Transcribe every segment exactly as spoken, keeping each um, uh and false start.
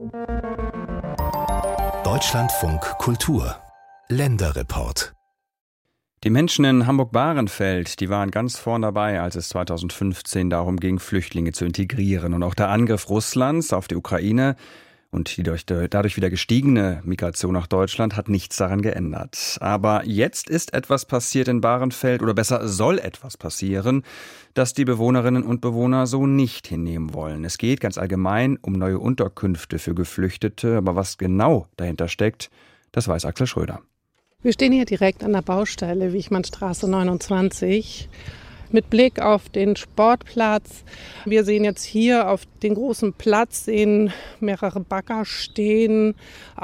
Deutschlandfunk Kultur Länderreport. Die Menschen in Hamburg-Bahrenfeld, die waren ganz vorn dabei, als es zweitausendfünfzehn darum ging, Flüchtlinge zu integrieren. Und auch der Angriff Russlands auf die Ukraine und die durch, dadurch wieder gestiegene Migration nach Deutschland hat nichts daran geändert. Aber jetzt ist etwas passiert in Bahrenfeld, oder besser soll etwas passieren, das die Bewohnerinnen und Bewohner so nicht hinnehmen wollen. Es geht ganz allgemein um neue Unterkünfte für Geflüchtete, aber was genau dahinter steckt, das weiß Axel Schröder. Wir stehen hier direkt an der Baustelle Wichmannstraße neunundzwanzig mit Blick auf den Sportplatz. Wir sehen jetzt hier auf den großen Platz sehen mehrere Bagger stehen,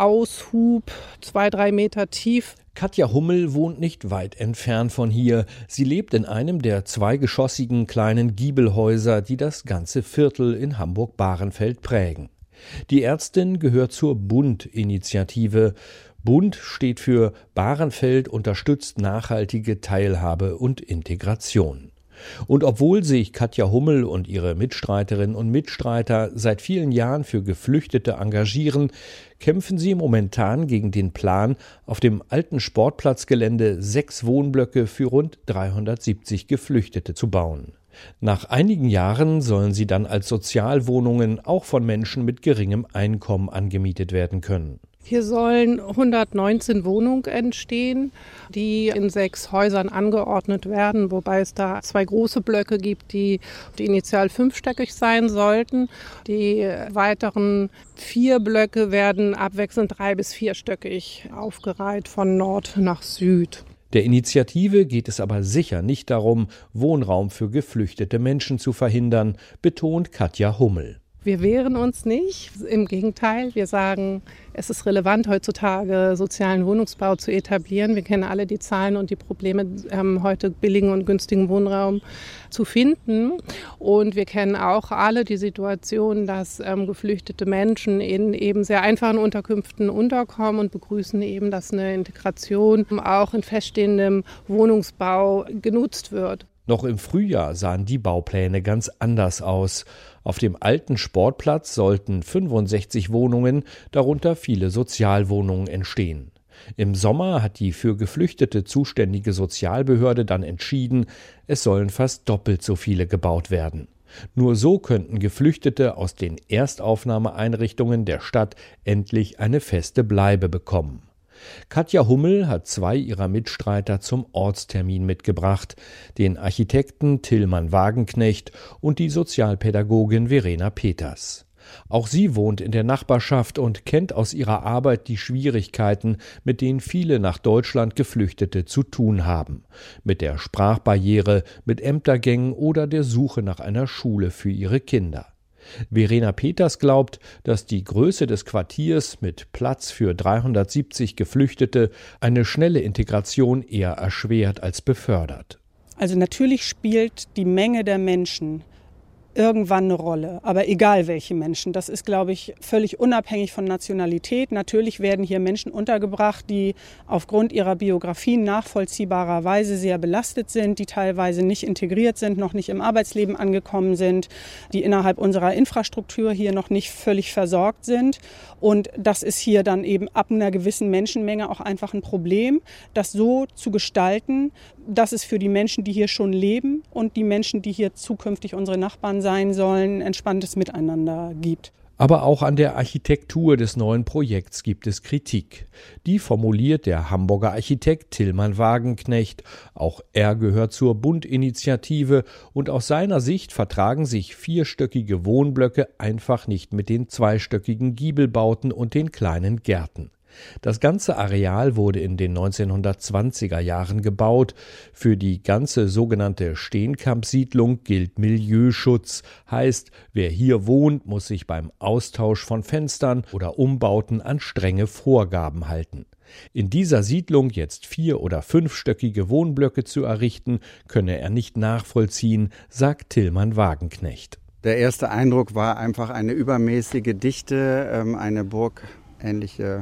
Aushub, zwei, drei Meter tief. Katja Hummel wohnt nicht weit entfernt von hier. Sie lebt in einem der zweigeschossigen kleinen Giebelhäuser, die das ganze Viertel in Hamburg-Bahrenfeld prägen. Die Ärztin gehört zur Bund-Initiative. Bund steht für Bahrenfeld unterstützt nachhaltige Teilhabe und Integration. Und obwohl sich Katja Hummel und ihre Mitstreiterinnen und Mitstreiter seit vielen Jahren für Geflüchtete engagieren, kämpfen sie momentan gegen den Plan, auf dem alten Sportplatzgelände sechs Wohnblöcke für rund dreihundertsiebzig Geflüchtete zu bauen. Nach einigen Jahren sollen sie dann als Sozialwohnungen auch von Menschen mit geringem Einkommen angemietet werden können. Hier sollen hundertneunzehn Wohnungen entstehen, die in sechs Häusern angeordnet werden, wobei es da zwei große Blöcke gibt, die initial fünfstöckig sein sollten. Die weiteren vier Blöcke werden abwechselnd drei- bis vierstöckig aufgereiht von Nord nach Süd. Der Initiative geht es aber sicher nicht darum, Wohnraum für geflüchtete Menschen zu verhindern, betont Katja Hummel. Wir wehren uns nicht, im Gegenteil, wir sagen, es ist relevant heutzutage sozialen Wohnungsbau zu etablieren. Wir kennen alle die Zahlen und die Probleme, ähm, heute billigen und günstigen Wohnraum zu finden. Und wir kennen auch alle die Situation, dass ähm, geflüchtete Menschen in eben sehr einfachen Unterkünften unterkommen und begrüßen eben, dass eine Integration auch in feststehendem Wohnungsbau genutzt wird. Noch im Frühjahr sahen die Baupläne ganz anders aus. Auf dem alten Sportplatz sollten fünfundsechzig Wohnungen, darunter viele Sozialwohnungen, entstehen. Im Sommer hat die für Geflüchtete zuständige Sozialbehörde dann entschieden, es sollen fast doppelt so viele gebaut werden. Nur so könnten Geflüchtete aus den Erstaufnahmeeinrichtungen der Stadt endlich eine feste Bleibe bekommen. Katja Hummel hat zwei ihrer Mitstreiter zum Ortstermin mitgebracht, den Architekten Tillmann Wagenknecht und die Sozialpädagogin Verena Peters. Auch sie wohnt in der Nachbarschaft und kennt aus ihrer Arbeit die Schwierigkeiten, mit denen viele nach Deutschland Geflüchtete zu tun haben. Mit der Sprachbarriere, mit Ämtergängen oder der Suche nach einer Schule für ihre Kinder. Verena Peters glaubt, dass die Größe des Quartiers mit Platz für dreihundertsiebzig Geflüchtete eine schnelle Integration eher erschwert als befördert. Also natürlich spielt die Menge der Menschen irgendwann eine Rolle, aber egal welche Menschen. Das ist, glaube ich, völlig unabhängig von Nationalität. Natürlich werden hier Menschen untergebracht, die aufgrund ihrer Biografien nachvollziehbarerweise sehr belastet sind, die teilweise nicht integriert sind, noch nicht im Arbeitsleben angekommen sind, die innerhalb unserer Infrastruktur hier noch nicht völlig versorgt sind. Und das ist hier dann eben ab einer gewissen Menschenmenge auch einfach ein Problem, das so zu gestalten, dass es für die Menschen, die hier schon leben und die Menschen, die hier zukünftig unsere Nachbarn sein sollen, ein entspanntes Miteinander gibt. Aber auch an der Architektur des neuen Projekts gibt es Kritik. Die formuliert der Hamburger Architekt Tillmann Wagenknecht. Auch er gehört zur Bund-Initiative und aus seiner Sicht vertragen sich vierstöckige Wohnblöcke einfach nicht mit den zweistöckigen Giebelbauten und den kleinen Gärten. Das ganze Areal wurde in den neunzehnhundertzwanziger Jahren gebaut. Für die ganze sogenannte Steenkamp-Siedlung gilt Milieuschutz. Heißt, wer hier wohnt, muss sich beim Austausch von Fenstern oder Umbauten an strenge Vorgaben halten. In dieser Siedlung jetzt vier- oder fünfstöckige Wohnblöcke zu errichten, könne er nicht nachvollziehen, sagt Tillmann Wagenknecht. Der erste Eindruck war einfach eine übermäßige Dichte, eine burgähnliche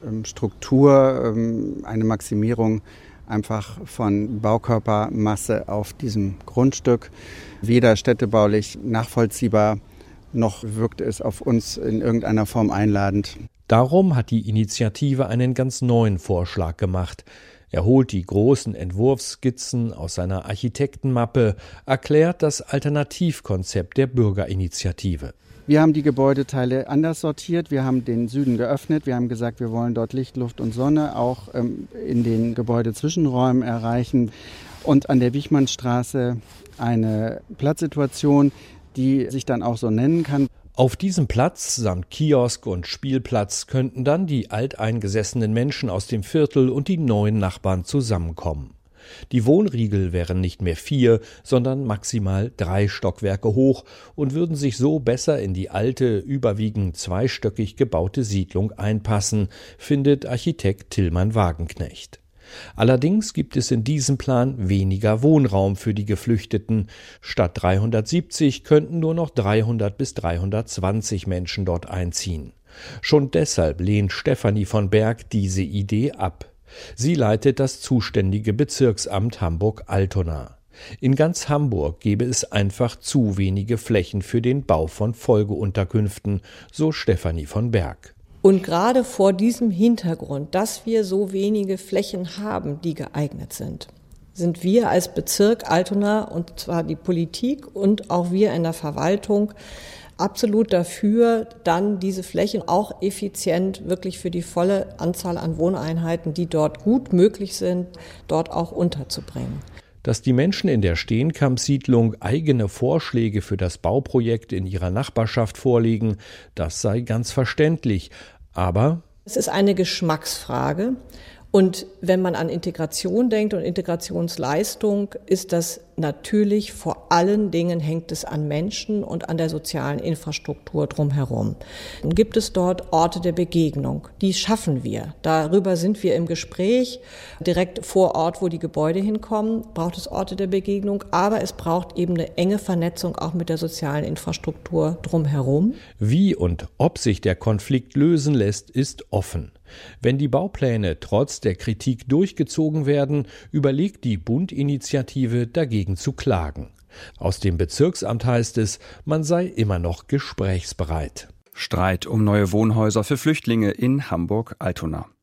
Struktur, eine Maximierung einfach von Baukörpermasse auf diesem Grundstück. Weder städtebaulich nachvollziehbar noch wirkt es auf uns in irgendeiner Form einladend. Darum hat die Initiative einen ganz neuen Vorschlag gemacht. Er holt die großen Entwurfsskizzen aus seiner Architektenmappe, erklärt das Alternativkonzept der Bürgerinitiative. Wir haben die Gebäudeteile anders sortiert. Wir haben den Süden geöffnet. Wir haben gesagt, wir wollen dort Licht, Luft und Sonne auch ähm, in den Gebäudezwischenräumen erreichen. Und an der Wichmannstraße eine Platzsituation, die sich dann auch so nennen kann. Auf diesem Platz samt Kiosk und Spielplatz könnten dann die alteingesessenen Menschen aus dem Viertel und die neuen Nachbarn zusammenkommen. Die Wohnriegel wären nicht mehr vier, sondern maximal drei Stockwerke hoch und würden sich so besser in die alte, überwiegend zweistöckig gebaute Siedlung einpassen, findet Architekt Tillmann Wagenknecht. Allerdings gibt es in diesem Plan weniger Wohnraum für die Geflüchteten. Statt dreihundertsiebzig könnten nur noch dreihundert bis dreihundertzwanzig Menschen dort einziehen. Schon deshalb lehnt Stefanie von Berg diese Idee ab. Sie leitet das zuständige Bezirksamt Hamburg-Altona. In ganz Hamburg gäbe es einfach zu wenige Flächen für den Bau von Folgeunterkünften, so Stefanie von Berg. Und gerade vor diesem Hintergrund, dass wir so wenige Flächen haben, die geeignet sind, sind wir als Bezirk Altona, und zwar die Politik und auch wir in der Verwaltung, absolut dafür, dann diese Flächen auch effizient wirklich für die volle Anzahl an Wohneinheiten, die dort gut möglich sind, dort auch unterzubringen. Dass die Menschen in der Steenkamp-Siedlung eigene Vorschläge für das Bauprojekt in ihrer Nachbarschaft vorlegen, das sei ganz verständlich. Aber es ist eine Geschmacksfrage. Und wenn man an Integration denkt und Integrationsleistung, ist das natürlich vor allen Dingen hängt es an Menschen und an der sozialen Infrastruktur drumherum. Dann gibt es dort Orte der Begegnung. Die schaffen wir. Darüber sind wir im Gespräch. Direkt vor Ort, wo die Gebäude hinkommen, braucht es Orte der Begegnung. Aber es braucht eben eine enge Vernetzung auch mit der sozialen Infrastruktur drumherum. Wie und ob sich der Konflikt lösen lässt, ist offen. Wenn die Baupläne trotz der Kritik durchgezogen werden, überlegt die Bund-Initiative dagegen zu klagen. Aus dem Bezirksamt heißt es, man sei immer noch gesprächsbereit. Streit um neue Wohnhäuser für Flüchtlinge in Hamburg-Altona.